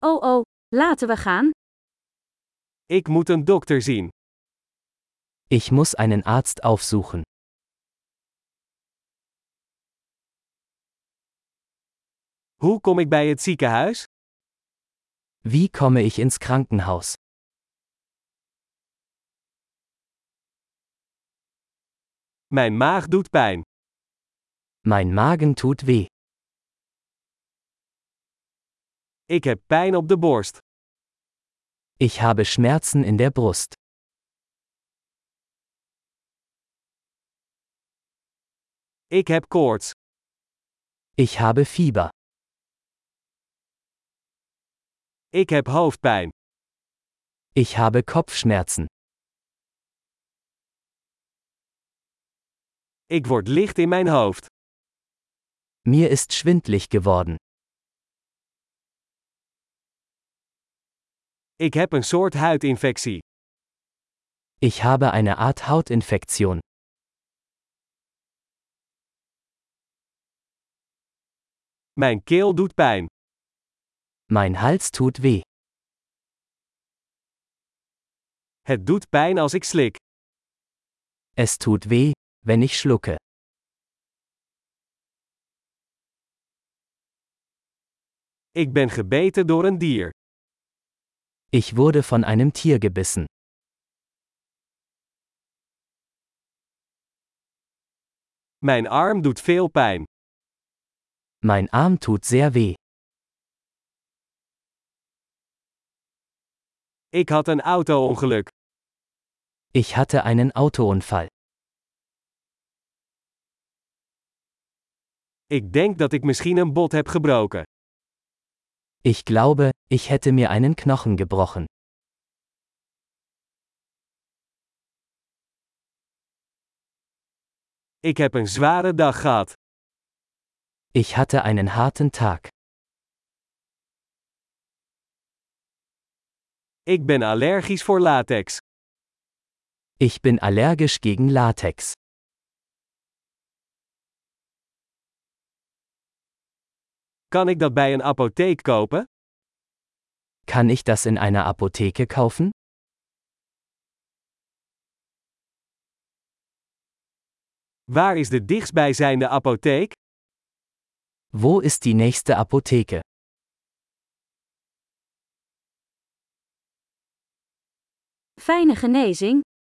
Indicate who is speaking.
Speaker 1: Oh oh, laten we gaan.
Speaker 2: Ik moet een dokter zien.
Speaker 3: Ich muss einen Arzt aufsuchen.
Speaker 2: Hoe kom ik bij het ziekenhuis?
Speaker 3: Wie komme ich ins Krankenhaus?
Speaker 2: Mijn maag doet pijn.
Speaker 3: Mein Magen tut weh.
Speaker 2: Ik heb pijn op de borst.
Speaker 3: Ich habe Schmerzen in der Brust.
Speaker 2: Ik heb koorts.
Speaker 3: Ich habe Fieber.
Speaker 2: Ik heb hoofdpijn.
Speaker 3: Ich habe Kopfschmerzen.
Speaker 2: Ik word licht in mijn hoofd.
Speaker 3: Mir ist schwindlig geworden.
Speaker 2: Ik heb een soort huidinfectie.
Speaker 3: Ich habe eine Art Hautinfektion.
Speaker 2: Mijn keel doet pijn.
Speaker 3: Mein Hals tut weh.
Speaker 2: Het doet pijn als ik slik.
Speaker 3: Es tut weh, wenn ich schlucke.
Speaker 2: Ik ben gebeten door een dier.
Speaker 3: Ich wurde von einem Tier gebissen.
Speaker 2: Mijn arm doet veel pijn.
Speaker 3: Mein Arm tut sehr weh.
Speaker 2: Ik had een auto-ongeluk.
Speaker 3: Ich hatte einen Autounfall.
Speaker 2: Ik denk dat ik misschien een bot heb gebroken.
Speaker 3: Ich glaube, ich hätte mir einen Knochen gebrochen.
Speaker 2: Ik heb een zware dag gehad.
Speaker 3: Ich hatte einen harten Tag.
Speaker 2: Ik ben allergisch voor latex.
Speaker 3: Ich bin allergisch gegen Latex.
Speaker 2: Kan ik dat bij een apotheek kopen?
Speaker 3: Kann ich das in einer Apotheke kaufen?
Speaker 2: Waar is de dichtstbijzijnde apotheek?
Speaker 3: Wo ist die nächste Apotheke?
Speaker 1: Fijne genezing.